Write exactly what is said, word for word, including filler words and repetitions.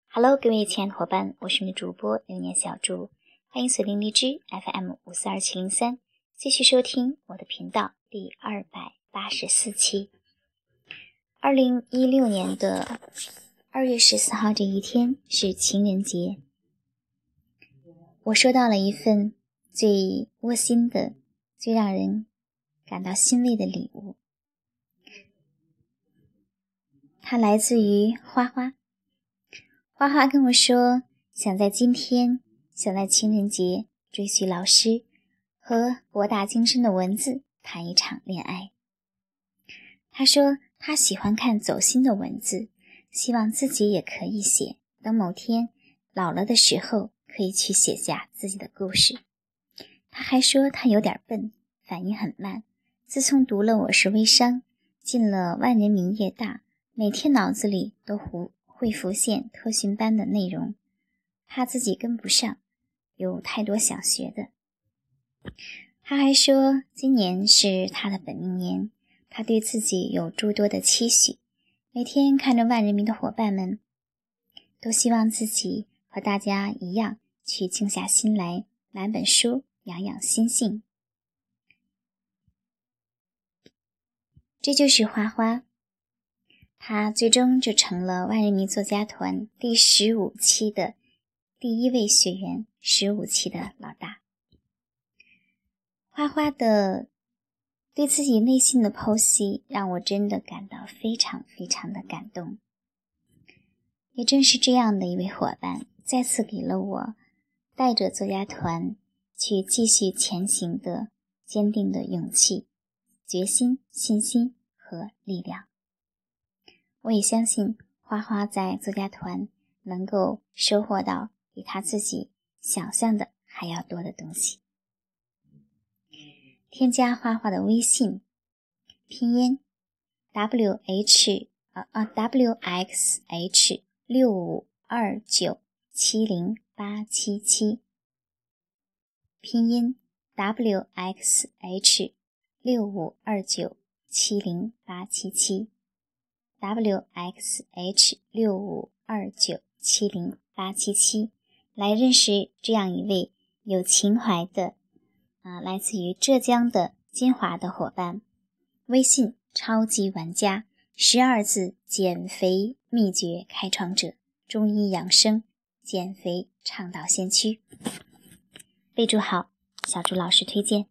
Hello， 各位亲爱的伙伴，我是你的主播流年小猪，欢迎锁定荔枝 F M 五四二七零三，继续收听我的频道第二百八十四期。二零一六年的二月十四号这一天是情人节，我收到了一份最窝心的、最让人感到欣慰的礼物，它来自于花花。花花跟我说，想在今天，想在情人节追随老师，和博大精深的文字谈一场恋爱。他说他喜欢看走心的文字，希望自己也可以写，等某天老了的时候可以去写下自己的故事。他还说他有点笨，反应很慢，自从读了我是微商，进了万人民业大，每天脑子里都糊会浮现特训班的内容，怕自己跟不上，有太多想学的。他还说今年是他的本命年，他对自己有诸多的期许，每天看着万人迷的伙伴们，都希望自己和大家一样去静下心来买本书养养心性。这就是花花，他最终就成了万人迷作家团第十五期的第一位学员，十五期的老大。花花的对自己内心的剖析让我真的感到非常非常的感动。也正是这样的一位伙伴，再次给了我带着作家团去继续前行的坚定的勇气、决心、信心和力量。我也相信花花在作家团能够收获到比他自己想象的还要多的东西。添加花花的微信，拼音 W H 啊啊 W X H 六五二九七零八七七，拼音 W X H 六五二九七零八七七。W X H 六五二九七零八七七，来认识这样一位有情怀的啊、呃，来自于浙江的金华的伙伴。微信超级玩家，十二字减肥秘诀开创者，中医养生减肥倡导先驱。备注好，小猪老师推荐。